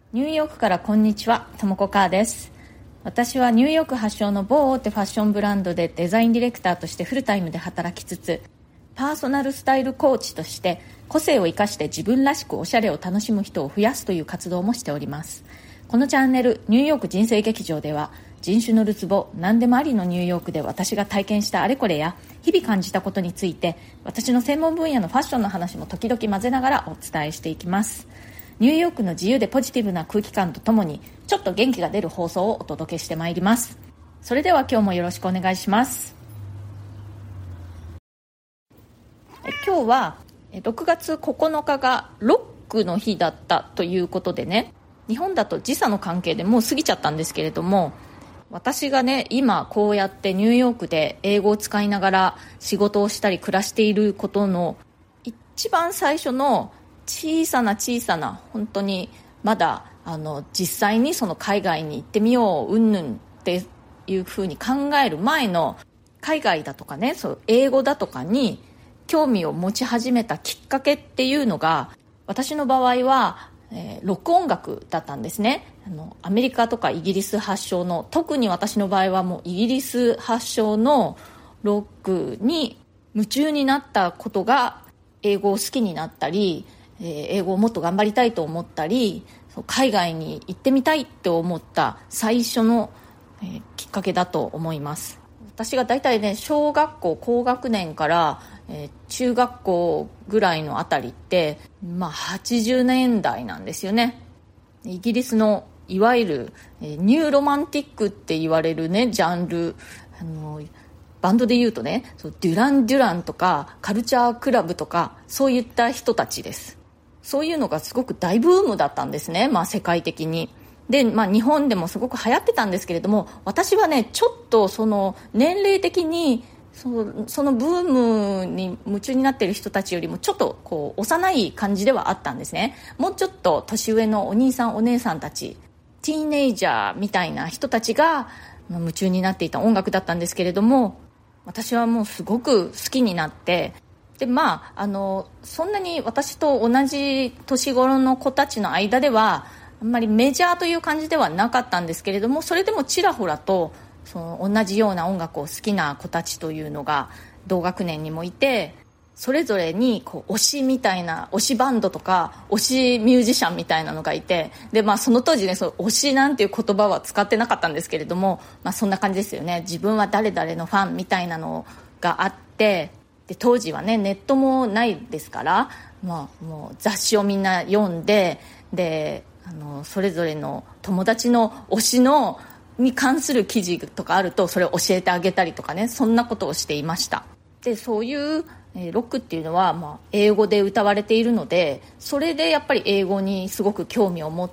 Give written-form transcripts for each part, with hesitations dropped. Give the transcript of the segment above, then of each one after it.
ニューヨークからこんにちは、ともこかーです。私はニューヨーク発祥の某大手ファッションブランドでデザインディレクターとしてフルタイムで働きつつ、パーソナルスタイルコーチとして個性を生かして自分らしくおしゃれを楽しむ人を増やすという活動もしております。このチャンネルニューヨーク人生劇場では、人種のるつぼ何でもありのニューヨークで私が体験したあれこれや日々感じたことについて、私の専門分野のファッションの話も時々混ぜながらお伝えしていきます。ニューヨークの自由でポジティブな空気感とともに、ちょっと元気が出る放送をお届けしてまいります。それでは今日もよろしくお願いします。今日は6月9日がロックの日だったということでね、日本だと時差の関係でもう過ぎちゃったんですけれども、私がね今こうやってニューヨークで英語を使いながら仕事をしたり暮らしていることの一番最初の小さな本当にまだ実際にその海外に行ってみよううんぬんっていうふうに考える前の海外だとかね、そう英語だとかに興味を持ち始めたきっかけっていうのが、私の場合は、ロック音楽だったんですね。アメリカとかイギリス発祥の、特に私の場合はもうイギリス発祥のロックに夢中になったことが、英語を好きになったり、英語をもっと頑張りたいと思ったり、海外に行ってみたいって思った最初の、きっかけだと思います。私がだいたいね、小学校高学年から、中学校ぐらいのあたりって、80年代なんですよね。イギリスのいわゆる、ニューロマンティックって言われるねジャンル、バンドで言うとね、デュラン・デュランとかカルチャークラブとか、そういった人たちです。そういうのがすごく大ブームだったんですね、世界的に。で、日本でもすごく流行ってたんですけれども、私はねちょっとその年齢的にそのブームに夢中になっている人たちよりもちょっとこう幼い感じではあったんですね。もうちょっと年上のお兄さんお姉さんたち、ティーネイジャーみたいな人たちが夢中になっていた音楽だったんですけれども、私はもうすごく好きになって、でそんなに私と同じ年頃の子たちの間ではあんまりメジャーという感じではなかったんですけれども、それでもちらほらとその同じような音楽を好きな子たちというのが同学年にもいて、それぞれにこう推しみたいな、推しバンドとか推しミュージシャンみたいなのがいて、でその当時ね、その推しなんていう言葉は使ってなかったんですけれども、そんな感じですよね。自分は誰々のファンみたいなのがあって、で当時はねネットもないですから、もう雑誌をみんな読んで、でそれぞれの友達の推しのに関する記事とかあるとそれを教えてあげたりとかね、そんなことをしていました。でそういうロックっていうのは英語で歌われているので、それでやっぱり英語にすごく興味を持って、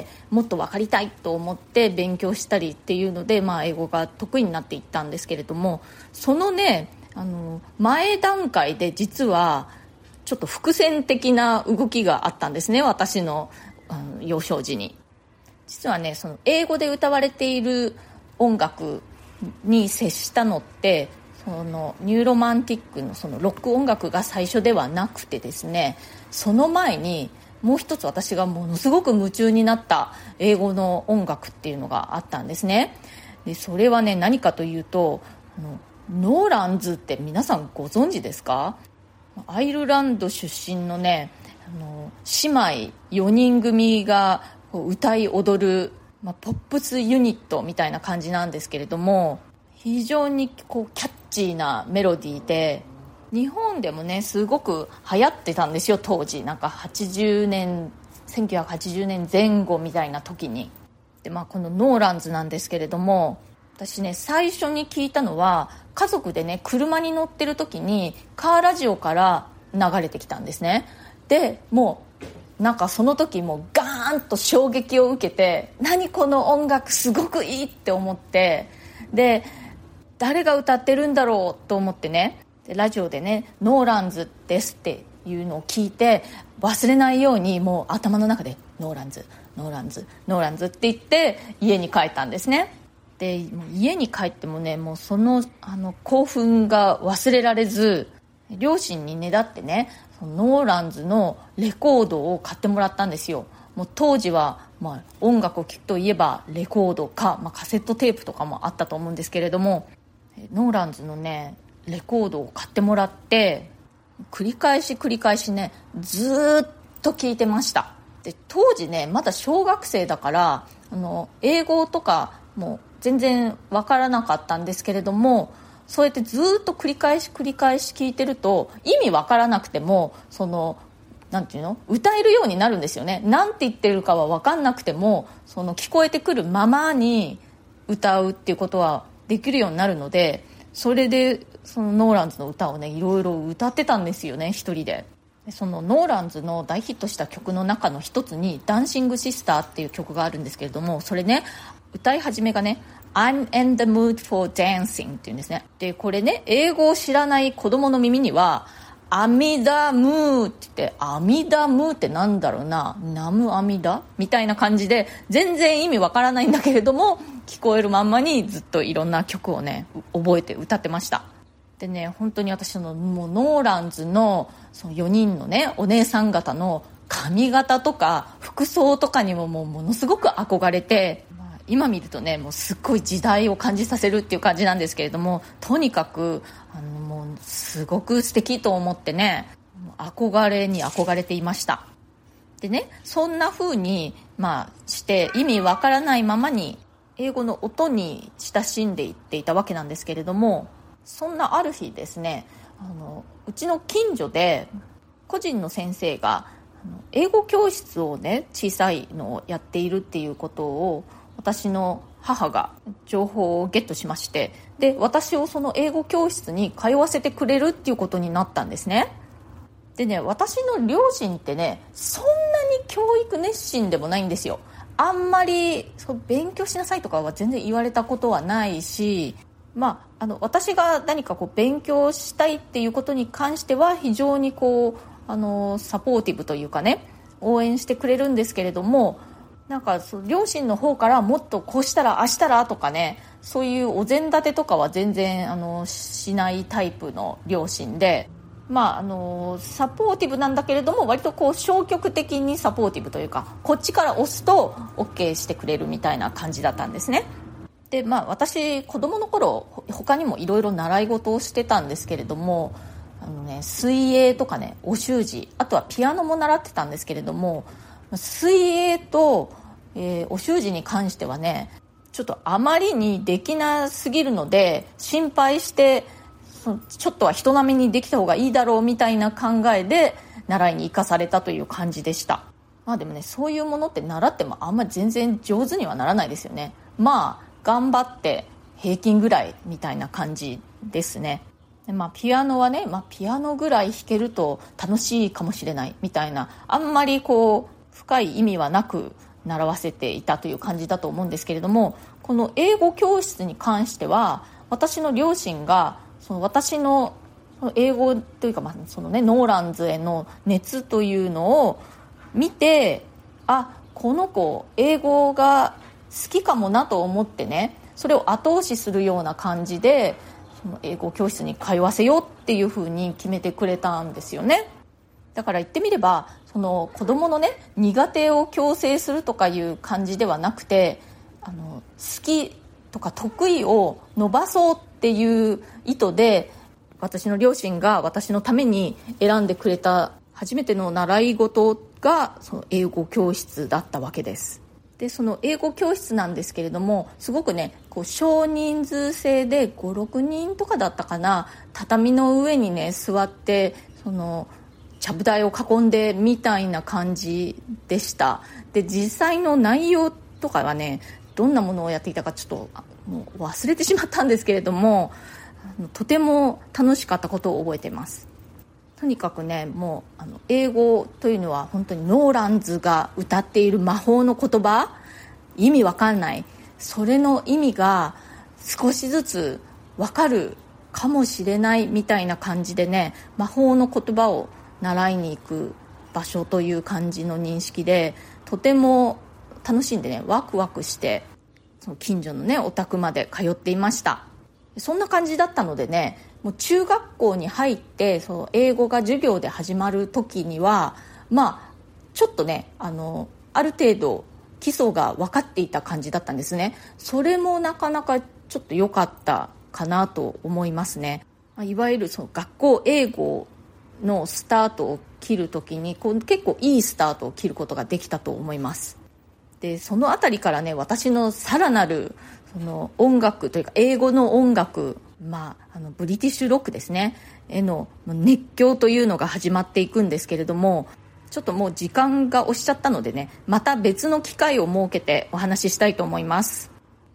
もっと分かりたいと思って勉強したりっていうので、英語が得意になっていったんですけれども、そのね前段階で実はちょっと伏線的な動きがあったんですね、私の幼少時に。実はね、その英語で歌われている音楽に接したのって、そのニューロマンティックのそのロック音楽が最初ではなくてですね、その前にもう一つ私がものすごく夢中になった英語の音楽っていうのがあったんですね。でそれはね、何かというとノーランズって皆さんご存知ですか？アイルランド出身のね姉妹4人組が歌い踊る、ポップスユニットみたいな感じなんですけれども、非常にこうキャッチーなメロディーで、日本でもねすごく流行ってたんですよ当時。1980年前後みたいな時に。でこのノーランズなんですけれども、私ね最初に聞いたのは家族でね車に乗ってる時にカーラジオから流れてきたんですね。でもうその時もうガーンと衝撃を受けて、何この音楽すごくいいって思って、で誰が歌ってるんだろうと思ってね、でラジオでねノーランズですっていうのを聞いて、忘れないようにもう頭の中でノーランズノーランズノーランズって言って家に帰ったんですね。でもう家に帰ってもね、もうその興奮が忘れられず、両親にねだってねノーランズのレコードを買ってもらったんですよ。 もう当時は、音楽を聴くといえばレコードか、カセットテープとかもあったと思うんですけれども、ノーランズのねレコードを買ってもらって繰り返しねずっと聴いてました。で当時ねまだ小学生だから英語とかも全然わからなかったんですけれども、そうやってずっと繰り返し聞いてると意味わからなくてもなんていうの歌えるようになるんですよね。なんて言ってるかはわかんなくても聞こえてくるままに歌うっていうことはできるようになるので、それでノーランズの歌をねいろいろ歌ってたんですよね一人で。そのノーランズの大ヒットした曲の中の一つにダンシングシスターっていう曲があるんですけれども、それね歌い始めがね I'm in the mood for dancing っていうんですね。でこれね英語を知らない子供の耳にはアミダムーって言って、アミダムーってなんだろうな、ナムアミダみたいな感じで全然意味わからないんだけれども、聞こえるまんまにずっといろんな曲をね覚えて歌ってました。でね本当に私もうノーランズのその4人のねお姉さん方の髪型とか服装とかにもものすごく憧れて、今見るとねもうすっごい時代を感じさせるっていう感じなんですけれども、とにかくもうすごく素敵と思ってね憧れていました。でねそんな風にして意味わからないままに英語の音に親しんでいっていたわけなんですけれども、そんなある日ですねうちの近所で個人の先生が英語教室をね小さいのをやっているっていうことを私の母が情報をゲットしまして、で私をその英語教室に通わせてくれるっていうことになったんですね。でね私の両親ってねそんなに教育熱心でもないんですよ。あんまり勉強しなさいとかは全然言われたことはないし、私が何か勉強したいっていうことに関しては非常にサポーティブというかね応援してくれるんですけれども、なんか両親の方からもっとこうしたらああしたらとかね、そういうお膳立てとかは全然しないタイプの両親で、サポーティブなんだけれども割と消極的にサポーティブというか、こっちから押すと OK してくれるみたいな感じだったんですね。で私子供の頃他にもいろいろ習い事をしてたんですけれども、水泳とかねお習字、あとはピアノも習ってたんですけれども、水泳と、お習字に関してはねちょっとあまりにできなすぎるので心配して、ちょっとは人並みにできた方がいいだろうみたいな考えで習いに行かされたという感じでした。でもねそういうものって習ってもあんまり全然上手にはならないですよね。頑張って平均ぐらいみたいな感じですね。でピアノはね、ピアノぐらい弾けると楽しいかもしれないみたいな、あんまり深い意味はなく習わせていたという感じだと思うんですけれども、この英語教室に関しては私の両親が私の英語というか、ノーランズへの熱というのを見て、この子英語が好きかもなと思ってね、それを後押しするような感じでその英語教室に通わせようっていうふうに決めてくれたんですよね。だから言ってみれば子供のね苦手を強制するとかいう感じではなくて、好きとか得意を伸ばそうっていう意図で私の両親が私のために選んでくれた初めての習い事がその英語教室だったわけです。でその英語教室なんですけれども、すごくね少人数制で 5,6 人とかだったかな、畳の上にね座ってちゃぶ台を囲んでみたいな感じでした。で実際の内容とかはねどんなものをやっていたかちょっともう忘れてしまったんですけれども、とても楽しかったことを覚えています。とにかくねもう英語というのは本当にノーランズが歌っている魔法の言葉、意味わかんない、それの意味が少しずつわかるかもしれないみたいな感じでね、魔法の言葉を習いに行く場所という感じの認識で、とても楽しんでねワクワクしてその近所のねお宅まで通っていました。そんな感じだったのでね、もう中学校に入ってその英語が授業で始まる時にはちょっとねある程度基礎が分かっていた感じだったんですね。それもなかなかちょっと良かったかなと思いますね。いわゆるその学校英語のスタートを切るときに結構いいスタートを切ることができたと思います。でそのあたりからね、私のさらなるその音楽というか英語の音楽、ブリティッシュロックですねへの熱狂というのが始まっていくんですけれども、ちょっともう時間が押しちゃったのでね、また別の機会を設けてお話ししたいと思います。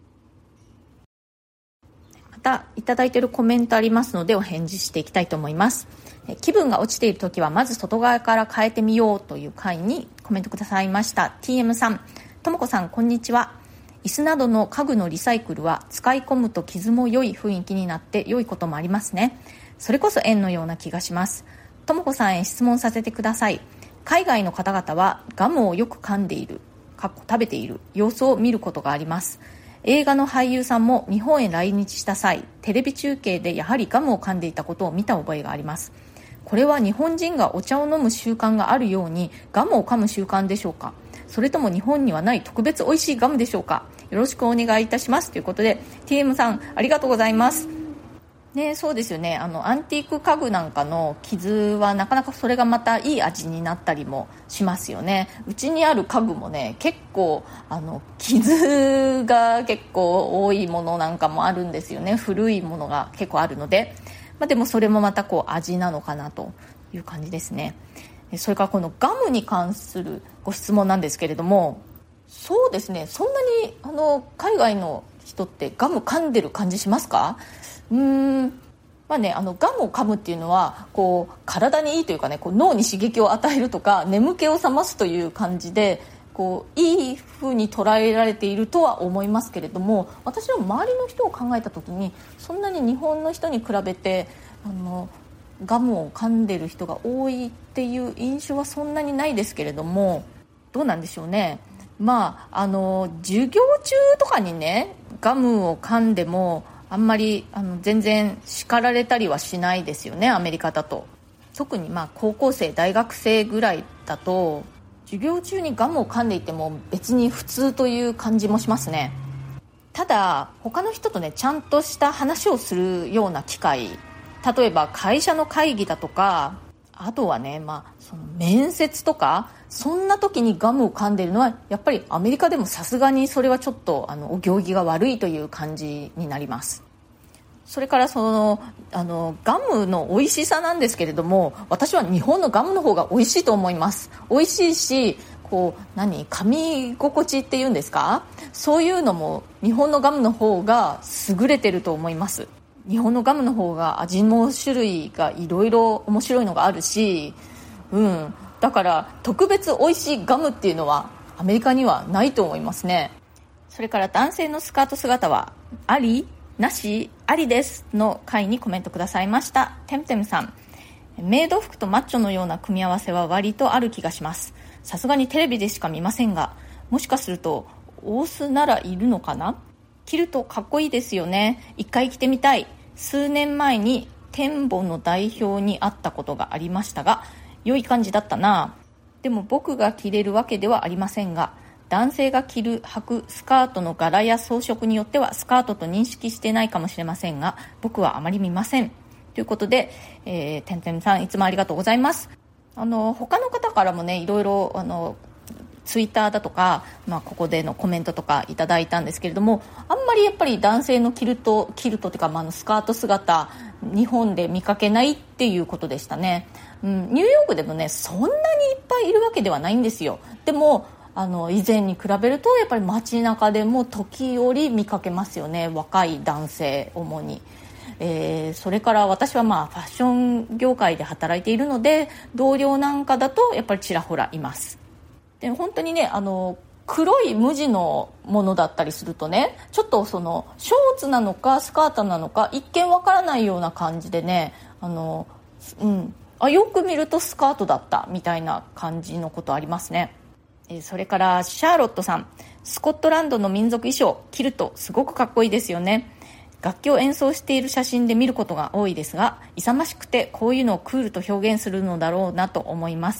またいただいているコメントありますのでお返事していきたいと思います。気分が落ちているときはまず外側から変えてみようという回にコメントくださいました。 TM さん、ともこさんこんにちは。椅子などの家具のリサイクルは使い込むと傷も良い雰囲気になって良いこともありますね。それこそ縁のような気がします。ともこさんへ質問させてください。海外の方々はガムをよく噛んでいる食べている様子を見ることがあります。映画の俳優さんも日本へ来日した際、テレビ中継でやはりガムを噛んでいたことを見た覚えがあります。これは日本人がお茶を飲む習慣があるようにガムを噛む習慣でしょうか。それとも日本にはない特別美味しいガムでしょうか。よろしくお願いいたしますということで TM さんありがとうございますね。そうですよね。アンティーク家具なんかの傷はなかなかそれがまたいい味になったりもしますよね。うちにある家具もね、結構傷が結構多いものなんかもあるんですよね。古いものが結構あるので、でもそれもまた味なのかなという感じですね。それからこのガムに関するご質問なんですけれども、そうですね、そんなに海外の人ってガム噛んでる感じしますか？ガムを噛むっていうのは体にいいというかね、脳に刺激を与えるとか眠気を覚ますという感じでいい風に捉えられているとは思いますけれども、私は周りの人を考えた時にそんなに日本の人に比べてガムを噛んでる人が多いっていう印象はそんなにないですけれども、どうなんでしょうね。授業中とかにねガムを噛んでもあんまり全然叱られたりはしないですよね、アメリカだと。特に高校生大学生ぐらいだと授業中にガムを噛んでいても別に普通という感じもしますね。ただ他の人とねちゃんとした話をするような機会、例えば会社の会議だとか、あとはね、その面接とか、そんな時にガムを噛んでるのはやっぱりアメリカでもさすがにそれはちょっとお行儀が悪いという感じになります。それからガムの美味しさなんですけれども、私は日本のガムの方が美味しいと思います。美味しいし噛み心地っていうんですか、そういうのも日本のガムの方が優れてると思います。日本のガムの方が味も種類がいろいろ面白いのがあるし、だから特別美味しいガムっていうのはアメリカにはないと思いますね。それから男性のスカート姿はありなしありですの回にコメントくださいました。テムテムさん、メイド服とマッチョのような組み合わせは割とある気がします。さすがにテレビでしか見ませんが、もしかするとオースならいるのかな。着るとかっこいいですよね。一回着てみたい。数年前にテンボの代表に会ったことがありましたが、良い感じだったな。でも僕が着れるわけではありませんが、男性が履くスカートの柄や装飾によってはスカートと認識してないかもしれませんが、僕はあまり見ませんということで、てんてんさんいつもありがとうございます。他の方からもねいろいろツイッターだとか、ここでのコメントとかいただいたんですけれども、あんまりやっぱり男性のキルトというか、スカート姿日本で見かけないっていうことでしたね。ニューヨークでもねそんなにいっぱいいるわけではないんですよ。でも以前に比べるとやっぱり街中でも時折見かけますよね、若い男性主に。それから私はファッション業界で働いているので、同僚なんかだとやっぱりちらほらいます。で本当にね黒い無地のものだったりするとね、ちょっとショーツなのかスカートなのか一見わからないような感じでね、よく見るとスカートだったみたいな感じのことありますね。それからシャーロットさん、スコットランドの民族衣装着るとすごくかっこいいですよね。楽器を演奏している写真で見ることが多いですが、勇ましくてこういうのをクールと表現するのだろうなと思います。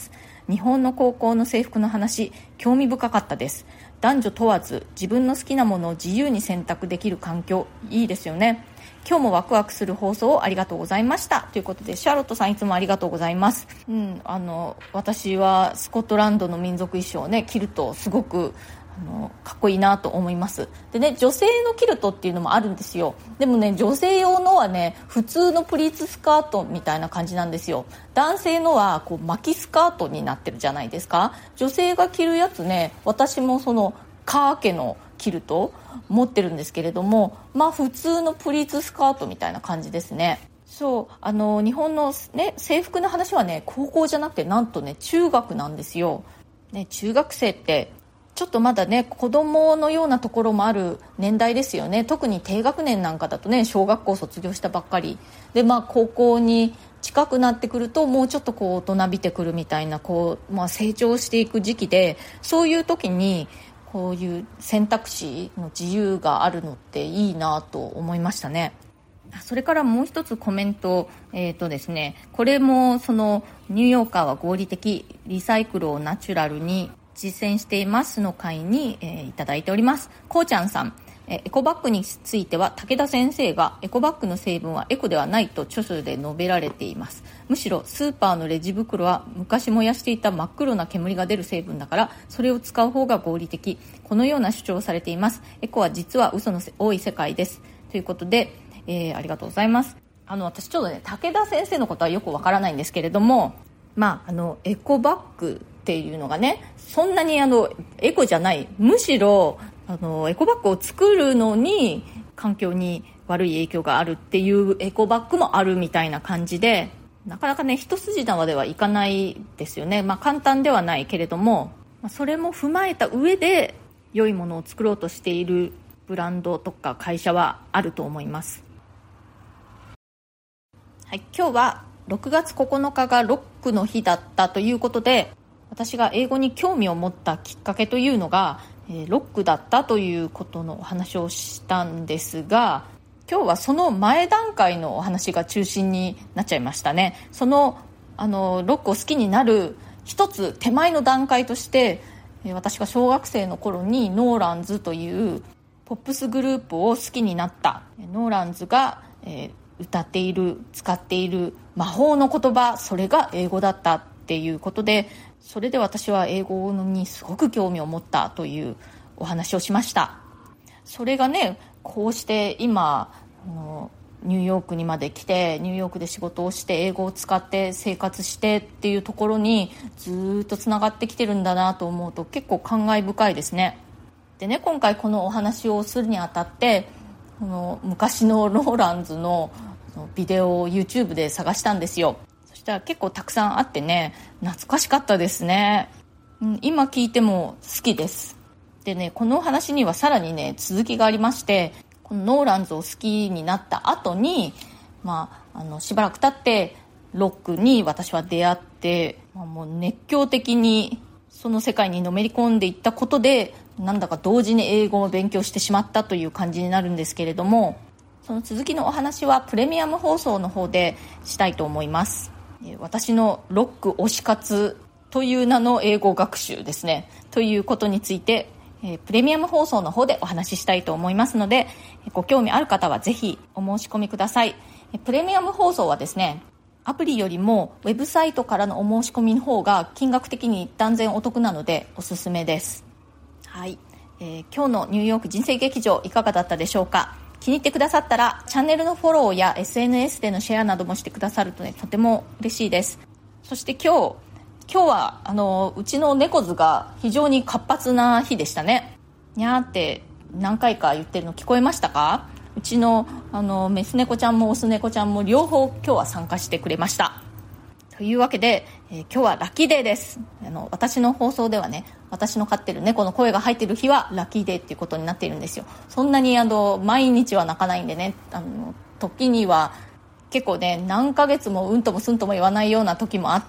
日本の高校の制服の話、興味深かったです。男女問わず自分の好きなものを自由に選択できる環境、いいですよね。今日もワクワクする放送をありがとうございましたということで、シャーロットさんいつもありがとうございます。私はスコットランドの民族衣装をね着るとすごくかっこいいなと思います。でね、女性のキルトっていうのもあるんですよ。でもね、女性用のはね普通のプリーツスカートみたいな感じなんですよ。男性のはこう巻きスカートになってるじゃないですか。女性が着るやつね、私もそのカーケのキルト持ってるんですけれども、普通のプリーツスカートみたいな感じですね。そう、日本の、ね、制服の話はね高校じゃなくてなんとね中学なんですよ、ね、中学生ってちょっとまだね子供のようなところもある年代ですよね。特に低学年なんかだとね小学校卒業したばっかりで、高校に近くなってくるともうちょっとこう大人びてくるみたいな成長していく時期で、そういう時にこういう選択肢の自由があるのっていいなと思いましたね。それからもう一つコメント、ですね、これもそのニューヨーカーは合理的リサイクルをナチュラルに実践していますの回に、いただいております。こうちゃんさん、エコバッグについては武田先生がエコバッグの成分はエコではないと著書で述べられています。むしろスーパーのレジ袋は昔燃やしていた真っ黒な煙が出る成分だからそれを使う方が合理的、このような主張をされています。エコは実は嘘の多い世界ですということで、ありがとうございます。私ちょっとね武田先生のことはよくわからないんですけれども、エコバッグっていうのがねそんなにエコじゃない、むしろエコバッグを作るのに環境に悪い影響があるっていうエコバッグもあるみたいな感じで、なかなかね一筋縄ではいかないですよね。簡単ではないけれども、それも踏まえた上で良いものを作ろうとしているブランドとか会社はあると思います。はい、今日は6月9日がロックの日だったということで、私が英語に興味を持ったきっかけというのがロックだったということのお話をしたんですが、今日はその前段階のお話が中心になっちゃいましたね。そのロックを好きになる一つ手前の段階として私が小学生の頃にノーランズというポップスグループを好きになった。ノーランズが歌っている使っている魔法の言葉、それが英語だったっていうことで、それで私は英語にすごく興味を持ったというお話をしました。それがねこうして今ニューヨークにまで来てニューヨークで仕事をして英語を使って生活してっていうところにずっとつながってきてるんだなと思うと結構感慨深いですね。でね、今回このお話をするにあたって昔のローランズのビデオを YouTube で探したんですよ。そしたら結構たくさんあってね懐かしかったですね。今聞いても好きです。でね、この話にはさらにね続きがありまして、このノーランズを好きになった後に、しばらく経ってロックに私は出会って、もう熱狂的にその世界にのめり込んでいったことでなんだか同時に英語を勉強してしまったという感じになるんですけれども、その続きのお話はプレミアム放送の方でしたいと思います。私のロック推し活という名の英語学習ですねということについてプレミアム放送の方でお話ししたいと思いますので、ご興味ある方はぜひお申し込みください。プレミアム放送はですね、アプリよりもウェブサイトからのお申し込みの方が金額的に断然お得なのでおすすめです。はい、今日のニューヨーク人生劇場いかがだったでしょうか。気に入ってくださったらチャンネルのフォローや SNS でのシェアなどもしてくださるとねとても嬉しいです。そして今日はうちの猫図が非常に活発な日でしたね。にゃーって何回か言ってるの聞こえましたか。うちのメス猫ちゃんもオス猫ちゃんも両方今日は参加してくれました。というわけで、今日はラッキーデーです。私の放送ではね、私の飼ってる猫の声が入ってる日はラッキーデーっていうことになっているんですよ。そんなに毎日は泣かないんでね、時には結構ね何ヶ月もうんともすんとも言わないような時もあって、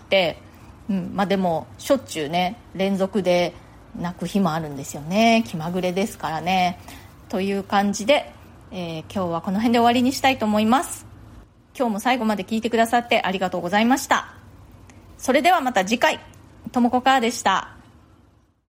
でもしょっちゅうね連続で泣く日もあるんですよね。気まぐれですからね。という感じで、今日はこの辺で終わりにしたいと思います。今日も最後まで聞いてくださってありがとうございました。それではまた次回。 ともこかーでした。